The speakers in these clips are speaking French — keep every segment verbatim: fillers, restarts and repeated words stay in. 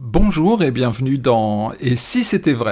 Bonjour et bienvenue dans Et si c'était vrai ?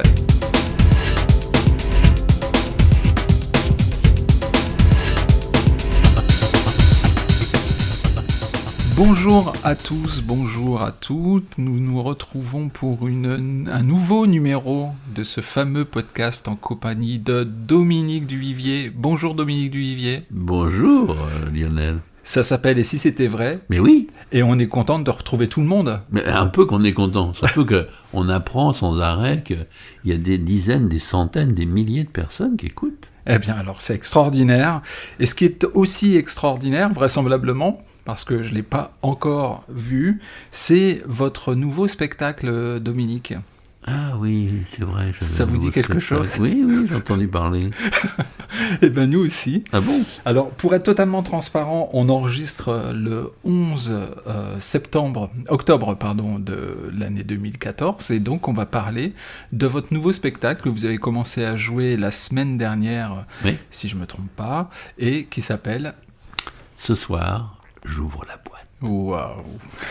Bonjour à tous, bonjour à toutes. Nous nous retrouvons pour une, un nouveau numéro de ce fameux podcast en compagnie de Dominique Duvivier. Bonjour Dominique Duvivier. Bonjour euh, Lionel. Ça s'appelle Et si c'était vrai ? Mais oui. Et on est content de retrouver tout le monde. Mais un peu qu'on est content, surtout qu'on apprend sans arrêt qu'il y a des dizaines, des centaines, des milliers de personnes qui écoutent. Eh bien alors c'est extraordinaire. Et ce qui est aussi extraordinaire, vraisemblablement, parce que je ne l'ai pas encore vu, c'est votre nouveau spectacle, Dominique. Ah oui, c'est vrai. Ça vous dit quelque spectacle. chose ? Oui, oui, j'ai entendu parler. Eh bien nous aussi. Ah bon ? Alors pour être totalement transparent, on enregistre le onze euh, septembre, octobre pardon, de l'année deux mille quatorze, et donc on va parler de votre nouveau spectacle que vous avez commencé à jouer la semaine dernière, Oui. si je ne me trompe pas, et qui s'appelle... Ce soir, j'ouvre la boîte. Waouh.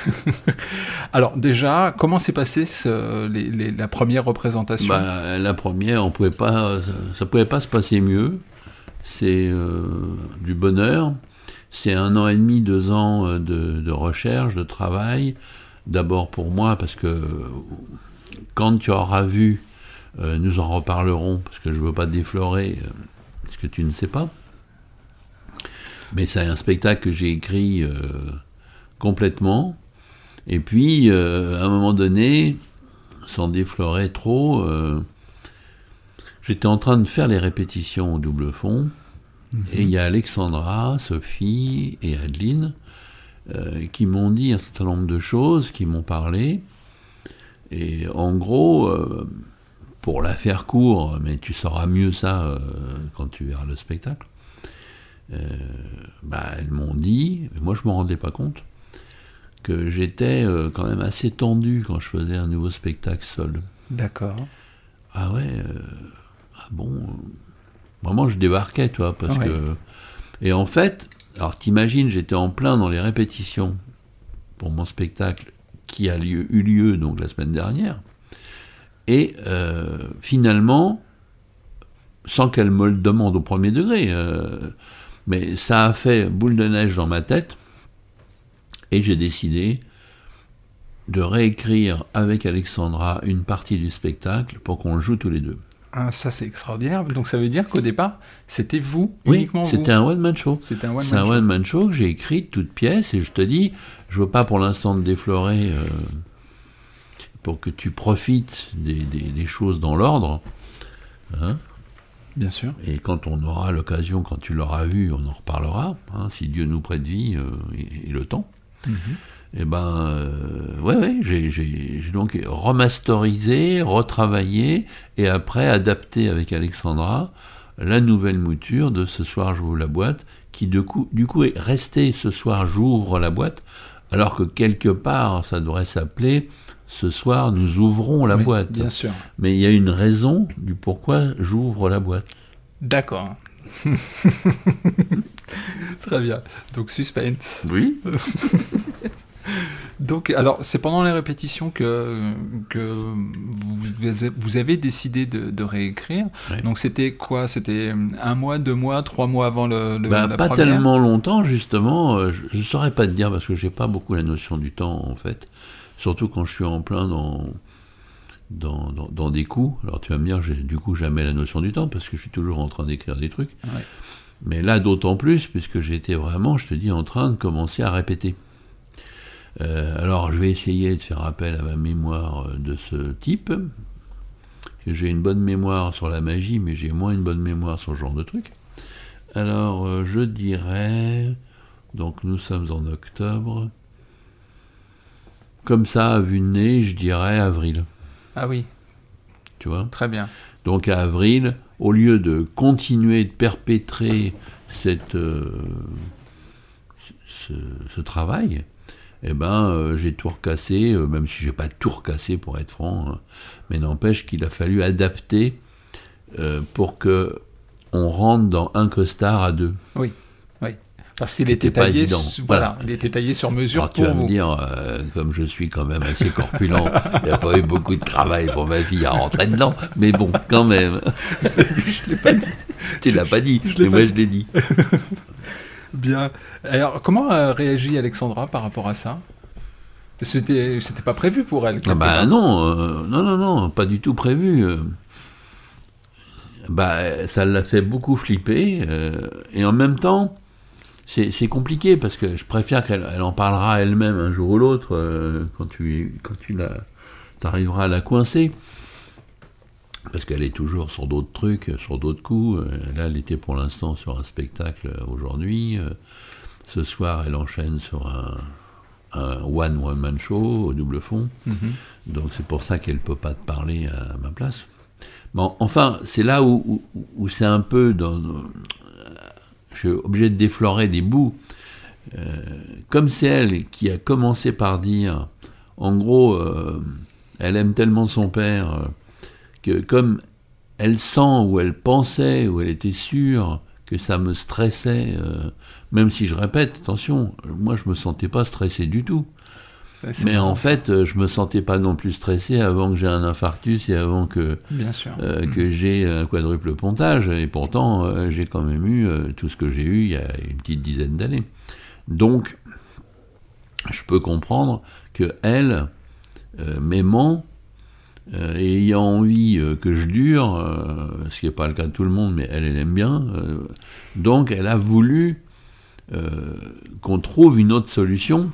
Alors déjà, comment s'est passée ce, les, les, la première représentation ? Bah, la première, on pouvait pas, ça, ça pouvait pas se passer mieux. C'est euh, du bonheur. C'est un an et demi, deux ans de, de recherche, de travail. D'abord pour moi, parce que quand tu auras vu, euh, nous en reparlerons, parce que je veux pas déflorer euh, ce que tu ne sais pas. Mais c'est un spectacle que j'ai écrit euh, complètement. Et puis, euh, à un moment donné, sans déflorer trop, euh, j'étais en train de faire les répétitions au double fond. Mmh. Et il y a Alexandra, Sophie et Adeline euh, qui m'ont dit un certain nombre de choses, qui m'ont parlé. Et en gros, euh, pour la faire court, mais tu sauras mieux ça euh, quand tu verras le spectacle, Euh, bah, elles m'ont dit, mais moi je ne m'en rendais pas compte, que j'étais euh, quand même assez tendu quand je faisais un nouveau spectacle seul. D'accord. Ah ouais, euh, ah bon, euh, vraiment je débarquais, toi, parce ouais. que... Et en fait, alors t'imagines, j'étais en plein dans les répétitions pour mon spectacle qui a lieu, eu lieu donc la semaine dernière, et euh, finalement, sans qu'elle me le demande au premier degré, euh, mais ça a fait boule de neige dans ma tête, et j'ai décidé de réécrire avec Alexandra une partie du spectacle pour qu'on le joue tous les deux. Ah, ça c'est extraordinaire. Donc ça veut dire qu'au départ, c'était vous, oui, uniquement vous. c'était un one-man show. C'était un one-man C'est un show. one-man show que j'ai écrit de toutes pièces, et je te dis, je veux pas pour l'instant te déflorer euh, pour que tu profites des, des, des choses dans l'ordre, hein. Bien sûr. Et quand on aura l'occasion, quand tu l'auras vu, on en reparlera, hein, si Dieu nous prête vie euh, et, et le temps. Mm-hmm. Et ben, euh, ouais, ouais, j'ai, j'ai, j'ai donc remasterisé, retravaillé, et après adapté avec Alexandra la nouvelle mouture de Ce soir j'ouvre la boîte, qui de coup, du coup est restée Ce soir j'ouvre la boîte, alors que quelque part ça devrait s'appeler Ce soir, nous ouvrons la oui, boîte. Bien sûr. Mais il y a une raison du pourquoi j'ouvre la boîte. D'accord. Très bien. Donc, suspense. Oui. Donc, alors, c'est pendant les répétitions que, que vous, vous avez décidé de, de réécrire. Ouais. Donc, c'était quoi ? C'était un mois, deux mois, trois mois avant le, le bah, la pas première ? tellement longtemps, justement. Je ne saurais pas te dire, parce que je n'ai pas beaucoup la notion du temps, en fait. Surtout quand je suis en plein dans, dans, dans, dans des coups. Alors tu vas me dire, j'ai du coup jamais la notion du temps, parce que je suis toujours en train d'écrire des trucs. Ouais. Mais là, d'autant plus, puisque j'étais vraiment, je te dis, en train de commencer à répéter. Euh, alors je vais essayer de faire appel à ma mémoire de ce type. J'ai une bonne mémoire sur la magie, mais j'ai moins une bonne mémoire sur ce genre de trucs. Alors euh, je dirais... Donc nous sommes en octobre... Comme ça, à vue de nez, je dirais avril. Ah oui. Tu vois ? Très bien. Donc à avril, au lieu de continuer de perpétrer cette, euh, ce, ce travail, eh ben, euh, j'ai tout recassé, euh, même si j'ai pas tout recassé pour être franc, hein, mais n'empêche qu'il a fallu adapter euh, pour que on rentre dans un costard à deux. Oui, oui. Parce qu'il était taillé, su, voilà, voilà. il était taillé sur mesure. Alors, pour tu vas vous. me dire, euh, comme je suis quand même assez corpulent, il n'y a pas eu beaucoup de travail pour ma fille à rentrer dedans, mais bon, quand même. Je l'ai pas dit. Tu l'as pas dit, Je mais moi je l'ai dit. Bien. Alors, comment a réagi Alexandra par rapport à ça? C'était, c'était pas prévu pour elle. Ah bah non, euh, non, non, non, pas du tout prévu. Euh. Bah, ça l'a fait beaucoup flipper, euh, et en même temps, c'est, c'est compliqué parce que je préfère qu'elle elle en parlera elle-même un jour ou l'autre euh, quand tu, quand tu la, t'arriveras à la coincer. Parce qu'elle est toujours sur d'autres trucs, sur d'autres coups. Là, elle était pour l'instant sur un spectacle aujourd'hui. Ce soir, elle enchaîne sur un, un one one man show au double fond. Mm-hmm. Donc c'est pour ça qu'elle ne peut pas te parler à ma place. Bon, enfin, c'est là où, où, où c'est un peu dans... Je suis obligé de déflorer des bouts. Euh, comme c'est elle qui a commencé par dire, en gros, euh, elle aime tellement son père... Euh, que comme elle sent ou elle pensait ou elle était sûre que ça me stressait, euh, même si je répète, attention, moi je me sentais pas stressé du tout. Ouais, mais en fait, je me sentais pas non plus stressé avant que j'ai un infarctus et avant que, Bien sûr. Euh, mmh. que j'ai un quadruple pontage. Et pourtant, euh, j'ai quand même eu euh, tout ce que j'ai eu il y a une petite dizaine d'années. Donc, je peux comprendre que elle, euh, m'aimant, Euh, et ayant envie euh, que je dure, euh, ce qui n'est pas le cas de tout le monde, mais elle, elle aime bien, euh, donc elle a voulu euh, qu'on trouve une autre solution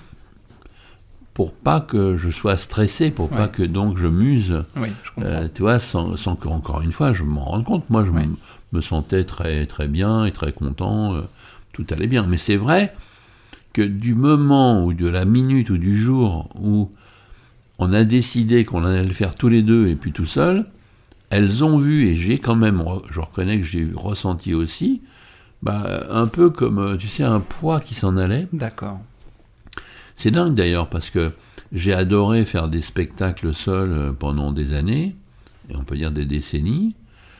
pour pas que je sois stressé, pour ouais. pas que donc je muse, oui, je euh, tu vois, sans, sans que, encore une fois, je m'en rende compte. Moi, je oui. me, me sentais très, très bien et très content, euh, tout allait bien. Mais c'est vrai que du moment ou de la minute ou du jour où on a décidé qu'on allait le faire tous les deux et puis tout seul, elles ont vu, et j'ai quand même, je reconnais que j'ai ressenti aussi, bah, un peu comme, tu sais, un poids qui s'en allait. D'accord. C'est dingue d'ailleurs, parce que j'ai adoré faire des spectacles seuls pendant des années, et on peut dire des décennies.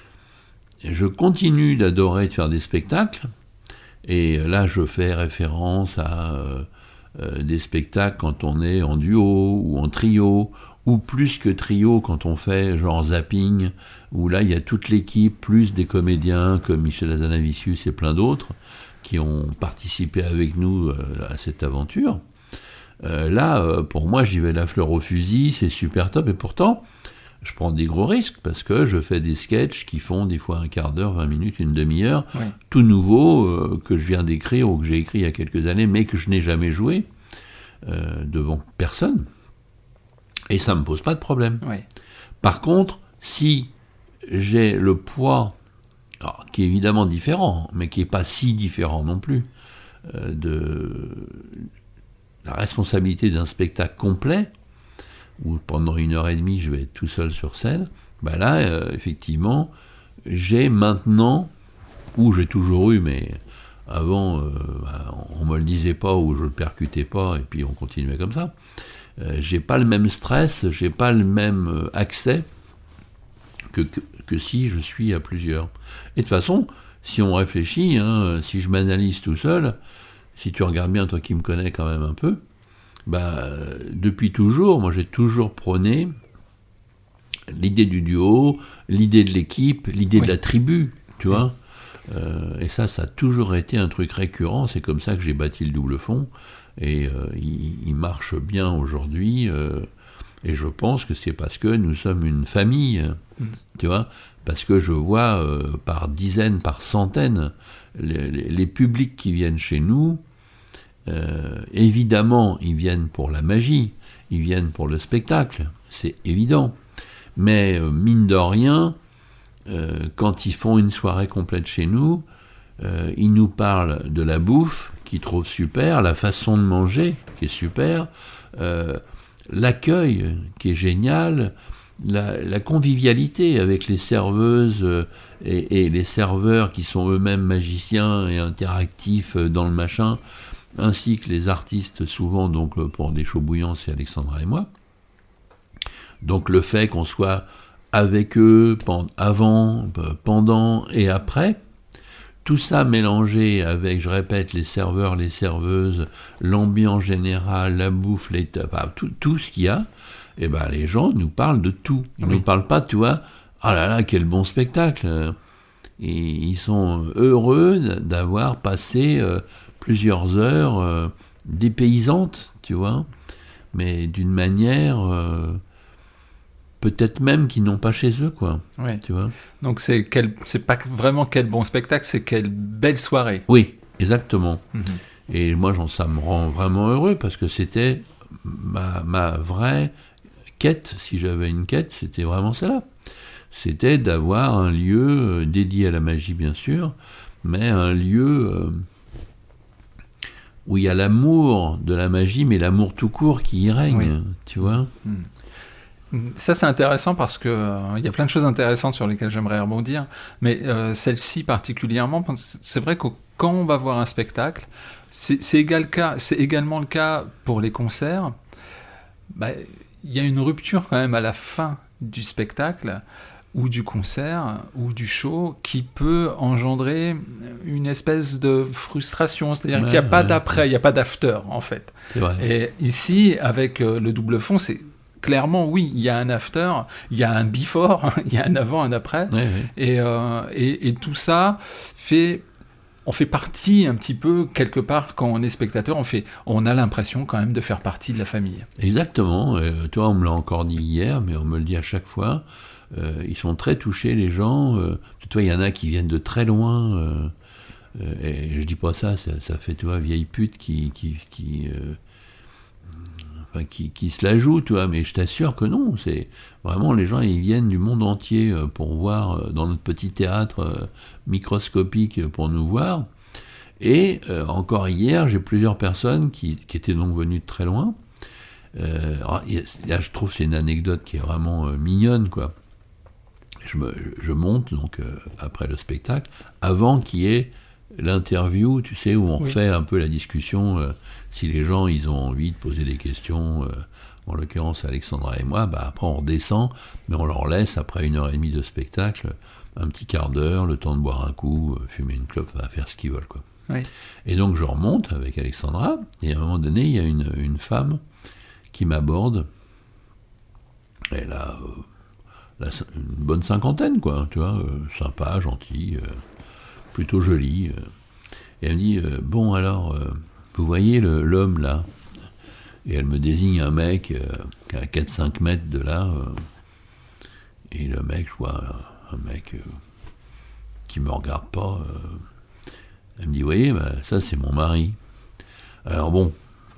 Et je continue d'adorer de faire des spectacles, et là je fais référence à... Euh, Euh, des spectacles quand on est en duo ou en trio, ou plus que trio quand on fait genre zapping, où là il y a toute l'équipe, plus des comédiens comme Michel Hazanavicius et plein d'autres qui ont participé avec nous euh, à cette aventure. Euh, là, euh, pour moi, j'y vais la fleur au fusil, c'est super top, et pourtant, je prends des gros risques parce que je fais des sketchs qui font des fois un quart d'heure, vingt minutes, une demi-heure, ouais. tout nouveau, euh, que je viens d'écrire ou que j'ai écrit il y a quelques années, mais que je n'ai jamais joué euh, devant personne. Et ça ne me pose pas de problème. Ouais. Par contre, si j'ai le poids, alors, qui est évidemment différent, mais qui n'est pas si différent non plus, euh, de la responsabilité d'un spectacle complet, où pendant une heure et demie, je vais être tout seul sur scène, ben là, euh, effectivement, j'ai maintenant, ou j'ai toujours eu, mais avant, euh, ben, on ne me le disait pas, ou je ne le percutais pas, et puis on continuait comme ça, euh, j'ai pas le même stress, j'ai pas le même accès que, que, que si je suis à plusieurs. Et de toute façon, si on réfléchit, hein, si je m'analyse tout seul, si tu regardes bien, toi qui me connais quand même un peu, bah, depuis toujours, moi j'ai toujours prôné l'idée du duo, l'idée de l'équipe, l'idée oui. de la tribu, tu vois. Euh, et ça, ça a toujours été un truc récurrent. C'est comme ça que j'ai bâti le double fond. Et euh, il, il marche bien aujourd'hui. Euh, et je pense que c'est parce que nous sommes une famille, mmh. tu vois. Parce que je vois euh, par dizaines, par centaines, les, les, les publics qui viennent chez nous. Euh, évidemment, ils viennent pour la magie, ils viennent pour le spectacle, c'est évident. Mais euh, mine de rien, euh, quand ils font une soirée complète chez nous, euh, ils nous parlent de la bouffe qu'ils trouvent super, la façon de manger qui est super, euh, l'accueil qui est génial, la, la convivialité avec les serveuses euh, et, et les serveurs qui sont eux-mêmes magiciens et interactifs dans le machin, ainsi que les artistes, souvent, donc pour des shows bouillants, c'est Alexandra et moi. Donc le fait qu'on soit avec eux avant, pendant et après, tout ça mélangé avec, je répète, les serveurs, les serveuses, l'ambiance générale, la bouffe, les, enfin, tout, tout ce qu'il y a, et ben les gens nous parlent de tout. Ils ne oui. nous parlent pas, tu vois, ah là là, quel bon spectacle. Et ils sont heureux d'avoir passé euh, plusieurs heures euh, dépaysantes, tu vois, mais d'une manière euh, peut-être même qu'ils n'ont pas chez eux, quoi. Ouais. Tu vois. Donc c'est quel, c'est pas vraiment quel bon spectacle, c'est quelle belle soirée. Oui, exactement. Mm-hmm. Et moi, ça me rend vraiment heureux parce que c'était ma, ma vraie quête. Si j'avais une quête, c'était vraiment celle-là. C'était d'avoir un lieu dédié à la magie, bien sûr, mais un lieu euh, où il y a l'amour de la magie, mais l'amour tout court qui y règne, oui. tu vois. Ça, c'est intéressant parce qu'il euh, y a plein de choses intéressantes sur lesquelles j'aimerais rebondir, mais euh, celle-ci particulièrement, c'est vrai que quand on va voir un spectacle, c'est, c'est, égal cas, c'est également le cas pour les concerts, bah, y a une rupture quand même à la fin du spectacle, ou du concert, ou du show, qui peut engendrer une espèce de frustration. C'est-à-dire ouais, qu'il n'y a pas ouais, d'après, ouais. il n'y a pas d'after, en fait. C'est vrai. Et ici, avec euh, le double fond, c'est clairement, oui, il y a un after, il y a un before, il y a un avant, un après. Ouais, ouais. Et, euh, et, et tout ça fait... On fait partie un petit peu, quelque part, quand on est spectateur, on, fait, on a l'impression quand même de faire partie de la famille. Exactement. Euh, toi, on me l'a encore dit hier, mais on me le dit à chaque fois. Euh, ils sont très touchés, les gens. Euh, toi, il y en a qui viennent de très loin. Euh, euh, et je dis pas ça, ça, ça fait, tu vois, vieille pute qui, qui, qui, euh, enfin, qui, qui se la joue, tu vois. Mais je t'assure que non. C'est vraiment les gens, ils viennent du monde entier pour voir euh, dans notre petit théâtre euh, microscopique pour nous voir. Et euh, encore hier, j'ai plusieurs personnes qui, qui étaient donc venues de très loin. Euh, alors, là, je trouve que c'est une anecdote qui est vraiment euh, mignonne, quoi. Je, me, je monte donc euh, après le spectacle, avant qu'il y ait l'interview, tu sais, où on oui. fait un peu la discussion. Euh, si les gens ils ont envie de poser des questions, euh, en l'occurrence Alexandra et moi, bah après on redescend, mais on leur laisse après une heure et demie de spectacle un petit quart d'heure, le temps de boire un coup, fumer une clope, à faire ce qu'ils veulent, quoi. Oui. Et donc je remonte avec Alexandra, et à un moment donné, il y a une, une femme qui m'aborde. Elle a euh, la, une bonne cinquantaine, quoi, tu vois, euh, sympa, gentille, euh, plutôt jolie. Euh. Et elle me dit, euh, bon alors, euh, vous voyez le, l'homme là? Et elle me désigne un mec euh, qui est à quatre cinq mètres de là. Euh, et le mec, je vois un mec euh, qui me regarde pas. Euh, elle me dit, vous voyez, bah, ça c'est mon mari. Alors bon,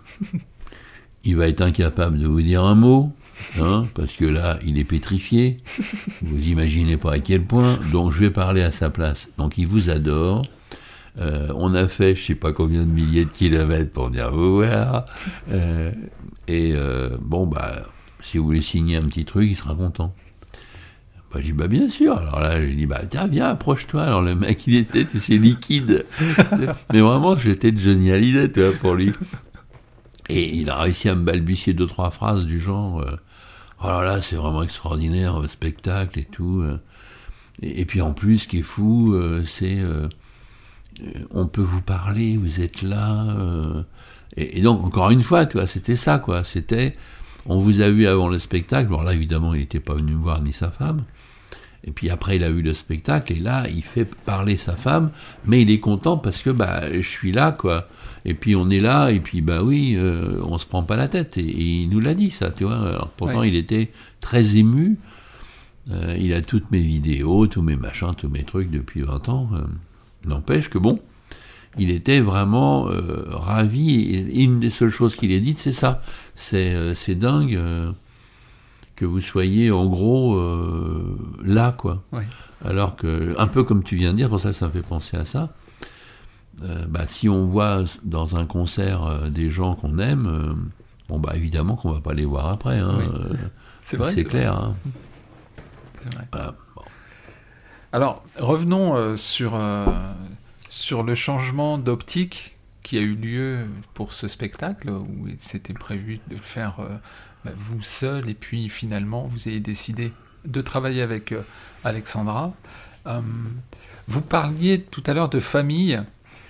il va être incapable de vous dire un mot. Hein, parce que là, il est pétrifié. Vous imaginez pas à quel point. Donc, je vais parler à sa place. Donc, il vous adore. Euh, on a fait, je sais pas combien de milliers de kilomètres pour venir vous voir. Euh, et euh, bon, bah, si vous voulez signer un petit truc, il sera content. Bah, je dis, bah, bien sûr. Alors là, je lui dis, bah, tiens, viens, approche-toi. Alors, le mec, il était, tu sais, liquide. Mais vraiment, j'étais de Johnny Hallyday, tu vois, pour lui. Et il a réussi à me balbutier deux, trois phrases du genre, euh, oh là là, c'est vraiment extraordinaire, votre spectacle et tout. Euh. Et, et puis en plus, ce qui est fou, euh, c'est, euh, on peut vous parler, vous êtes là. Euh. Et, et donc, encore une fois, tu vois, c'était ça, quoi. C'était, on vous a vu avant le spectacle. Alors là, évidemment, il n'était pas venu me voir, ni sa femme. Et puis après, il a vu le spectacle, et là, il fait parler sa femme, mais il est content parce que, bah, je suis là, quoi. Et puis on est là, et puis bah oui, euh, on se prend pas la tête. Et, et il nous l'a dit, ça, tu vois. Alors, pourtant, ouais. Il était très ému. Euh, il a toutes mes vidéos, tous mes machins, tous mes trucs depuis vingt ans. Euh, n'empêche que bon, il était vraiment euh, ravi. Et une des seules choses qu'il ait dites, c'est ça. C'est, euh, c'est dingue euh, que vous soyez, en gros, euh, là, quoi. Ouais. Alors que, un peu comme tu viens de dire, pour ça que ça me fait penser à ça. Euh, bah, si on voit dans un concert euh, des gens qu'on aime, euh, bon bah évidemment qu'on va pas les voir après. Hein, oui. euh, c'est vrai. C'est clair. Hein. C'est vrai. Voilà. Bon. Alors revenons euh, sur euh, sur le changement d'optique qui a eu lieu pour ce spectacle où c'était prévu de le faire euh, bah, vous seul et puis finalement vous avez décidé de travailler avec euh, Alexandra. Euh, Vous parliez tout à l'heure de famille,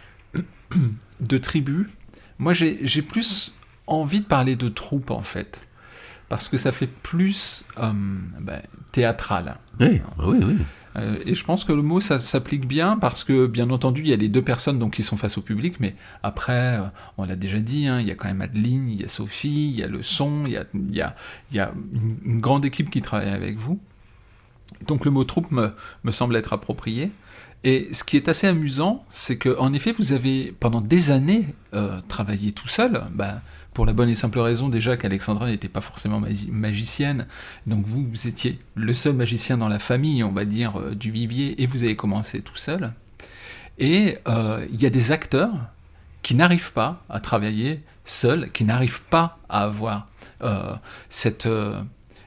de tribu. Moi, j'ai, j'ai plus envie de parler de troupe, en fait. Parce que ça fait plus euh, ben, théâtral. Oui, oui, oui. Euh, et je pense que le mot, ça s'applique bien, parce que, bien entendu, il y a les deux personnes donc, qui sont face au public, mais après, euh, on l'a déjà dit, hein, il y a quand même Adeline, il y a Sophie, il y a le son, il y a, il y a, il y a une, une grande équipe qui travaille avec vous. Donc le mot troupe me, me semble être approprié. Et ce qui est assez amusant, c'est que en effet, vous avez pendant des années euh, travaillé tout seul, bah, pour la bonne et simple raison déjà qu'Alexandra n'était pas forcément magi- magicienne, donc vous, vous étiez le seul magicien dans la famille, on va dire, euh, du vivier, et vous avez commencé tout seul. Et euh, il y a des acteurs qui n'arrivent pas à travailler seuls, qui n'arrivent pas à avoir euh, cette... Euh,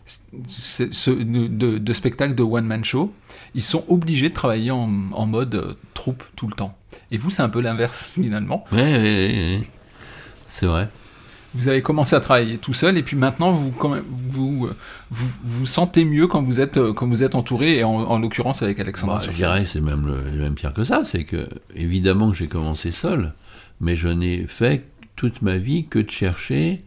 ce, ce, de, de spectacle de one-man show, ils sont obligés de travailler en, en mode euh, troupe tout le temps. Et vous, c'est un peu l'inverse, finalement. Oui, oui, oui, oui. C'est vrai. Vous avez commencé à travailler tout seul, et puis maintenant, vous vous, vous, vous, vous sentez mieux quand vous êtes, quand vous êtes entouré, et en, en l'occurrence avec Alexandra. Bah, je dirais c'est même, le, même pire que ça. C'est que, évidemment que j'ai commencé seul, mais je n'ai fait toute ma vie que de chercher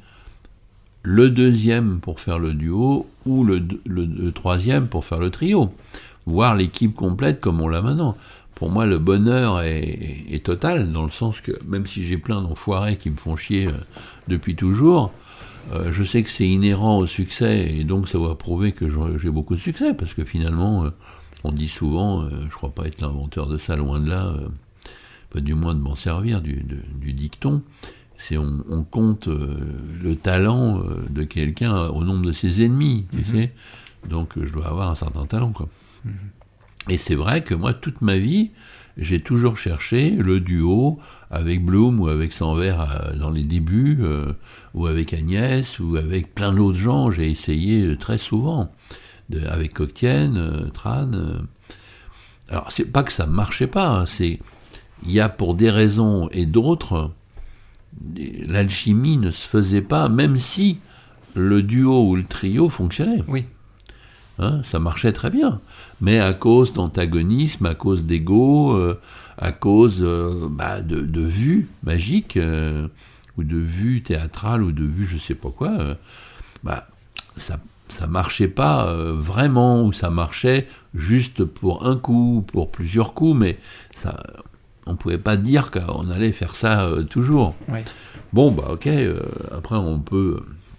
le deuxième pour faire le duo ou le, le, le troisième pour faire le trio, voire l'équipe complète comme on l'a maintenant. Pour moi, le bonheur est, est, est total, dans le sens que même si j'ai plein d'enfoirés qui me font chier euh, depuis toujours, euh, je sais que c'est inhérent au succès, et donc ça va prouver que j'ai beaucoup de succès, parce que finalement, euh, on dit souvent, euh, je crois pas être l'inventeur de ça, loin de là, euh, pas du moins de m'en servir du, de, du dicton. C'est on, on compte euh, le talent euh, de quelqu'un au nombre de ses ennemis, tu mm-hmm. sais. Donc euh, je dois avoir un certain talent, quoi. Mm-hmm. Et c'est vrai que moi, toute ma vie, j'ai toujours cherché le duo avec Bloom ou avec Sanvert euh, dans les débuts, euh, ou avec Agnès, ou avec plein d'autres gens. J'ai essayé euh, très souvent, de, avec Coctienne, euh, Tran. Euh. Alors, c'est pas que ça marchait pas, hein, c'est il y a pour des raisons et d'autres, l'alchimie ne se faisait pas, même si le duo ou le trio fonctionnait. Oui. Hein, ça marchait très bien. Mais à cause d'antagonisme, à cause d'ego, euh, à cause euh, bah, de, de vues magiques, euh, ou de vues théâtrales, ou de vues je sais pas quoi, euh, bah, ça ça marchait pas euh, vraiment, ou ça marchait juste pour un coup, pour plusieurs coups, mais ça... on pouvait pas dire qu'on allait faire ça euh, toujours. Oui. Bon, bah ok, euh, après on peut,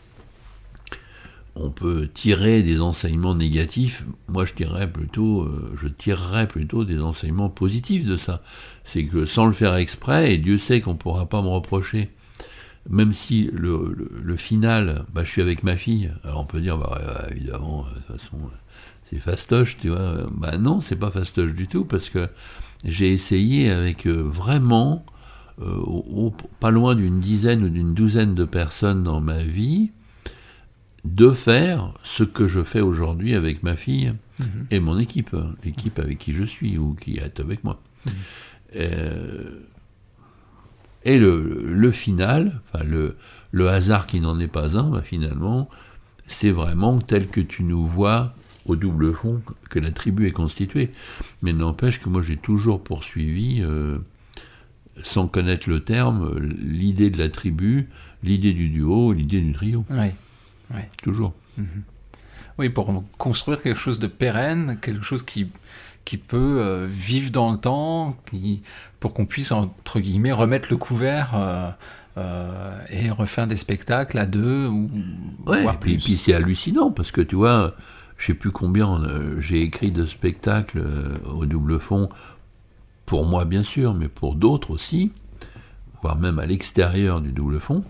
on peut tirer des enseignements négatifs. Moi je dirais plutôt, euh, je tirerais plutôt des enseignements positifs de ça. C'est que sans le faire exprès, et Dieu sait qu'on pourra pas me reprocher, même si le, le, le final, bah je suis avec ma fille, alors on peut dire, bah euh, évidemment, de toute façon, c'est fastoche, tu vois. Bah non, c'est pas fastoche du tout, parce que j'ai essayé avec euh, vraiment, euh, au, au, pas loin d'une dizaine ou d'une douzaine de personnes dans ma vie, de faire ce que je fais aujourd'hui avec ma fille mmh. et mon équipe, l'équipe avec qui je suis ou qui est avec moi. Mmh. Euh, et le, le final, enfin le, le hasard qui n'en est pas un, bah finalement, c'est vraiment tel que tu nous vois au double fond que la tribu est constituée. Mais n'empêche que moi j'ai toujours poursuivi, euh, sans connaître le terme, l'idée de la tribu, l'idée du duo, l'idée du trio. Oui, oui. Toujours. Mm-hmm. Oui, pour construire quelque chose de pérenne, quelque chose qui, qui peut euh, vivre dans le temps, qui, pour qu'on puisse, entre guillemets, remettre le couvert euh, euh, et refaire des spectacles à deux ou ouais, voire et plus. puis, puis c'est hallucinant, parce que tu vois, je sais plus combien euh, j'ai écrit de spectacles euh, au double fond, pour moi bien sûr, mais pour d'autres aussi, voire même à l'extérieur du double fond.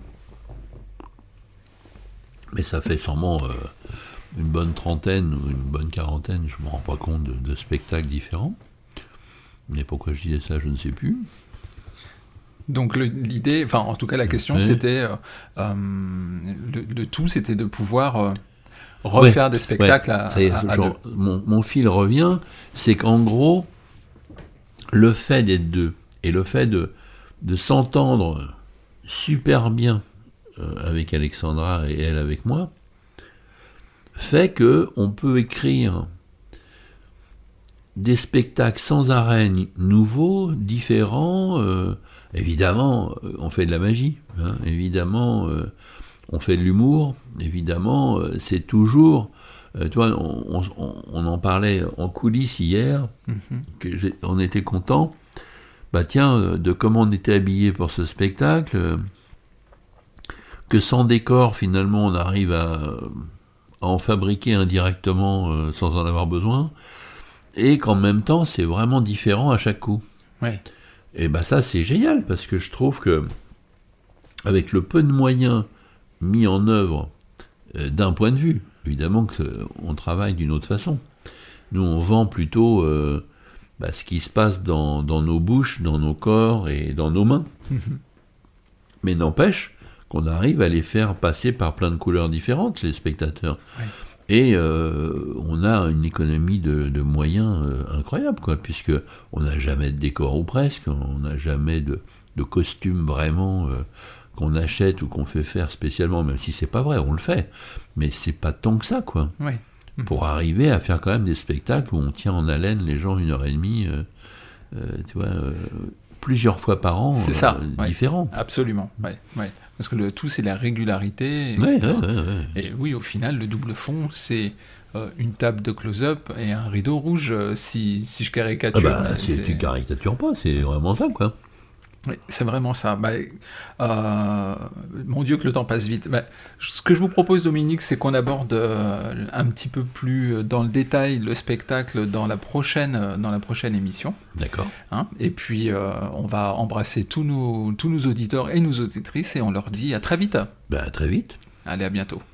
Mais ça fait sûrement euh, une bonne trentaine ou une bonne quarantaine, je ne me rends pas compte, de, de spectacles différents. Mais pourquoi je disais ça, je ne sais plus. Donc le, l'idée, enfin en tout cas la question, oui. c'était, euh, euh, le, le tout c'était de pouvoir euh, refaire ouais, des spectacles ouais, à, à, à, à genre, deux. Mon, mon fil revient, c'est qu'en gros, le fait d'être deux, et le fait de, de s'entendre super bien euh, avec Alexandra et elle avec moi, fait qu'on peut écrire des spectacles sans arrêt nouveaux, différents. Euh, évidemment, on fait de la magie. Hein, évidemment, euh, on fait de l'humour. Évidemment, euh, c'est toujours... Euh, tu vois, on, on, on en parlait en coulisses hier, mm-hmm. que j'ai, on était content. Bah tiens, de comment on était habillé pour ce spectacle, euh, que sans décor, finalement, on arrive à, à en fabriquer indirectement euh, sans en avoir besoin, et qu'en même temps, c'est vraiment différent à chaque coup. Ouais. Et bah ça, c'est génial, parce que je trouve que, avec le peu de moyens mis en œuvre euh, d'un point de vue, évidemment qu'on travaille d'une autre façon. Nous, on vend plutôt euh, bah, ce qui se passe dans, dans nos bouches, dans nos corps et dans nos mains. Mmh. Mais n'empêche qu'on arrive à les faire passer par plein de couleurs différentes, les spectateurs. Ouais. Et euh, on a une économie de, de moyens euh, incroyable, quoi, puisqu'on n'a jamais de décor ou presque, on n'a jamais de, de costume vraiment... Euh, qu'on achète ou qu'on fait faire spécialement, même si c'est pas vrai, on le fait, mais c'est pas tant que ça, quoi. Ouais. Pour arriver à faire quand même des spectacles où on tient en haleine les gens une heure et demie, euh, euh, tu vois, euh, plusieurs fois par an, c'est ça, euh, ouais. différents. Absolument, ouais, ouais. Parce que le tout, c'est la régularité, et ouais, ouais, ouais, ouais. Et oui, au final, le double fond, c'est euh, une table de close-up et un rideau rouge, euh, si, si je caricature. Ah bah, c'est, c'est... tu caricatures pas, c'est vraiment ça, quoi. Oui, c'est vraiment ça. Bah, euh, mon Dieu, que le temps passe vite. Bah, ce que je vous propose, Dominique, c'est qu'on aborde euh, un petit peu plus dans le détail le spectacle dans la prochaine, dans la prochaine émission. D'accord. Hein, et puis, euh, on va embrasser tous nos, tous nos auditeurs et nos auditrices et on leur dit à très vite. Bah, à très vite. Allez, à bientôt.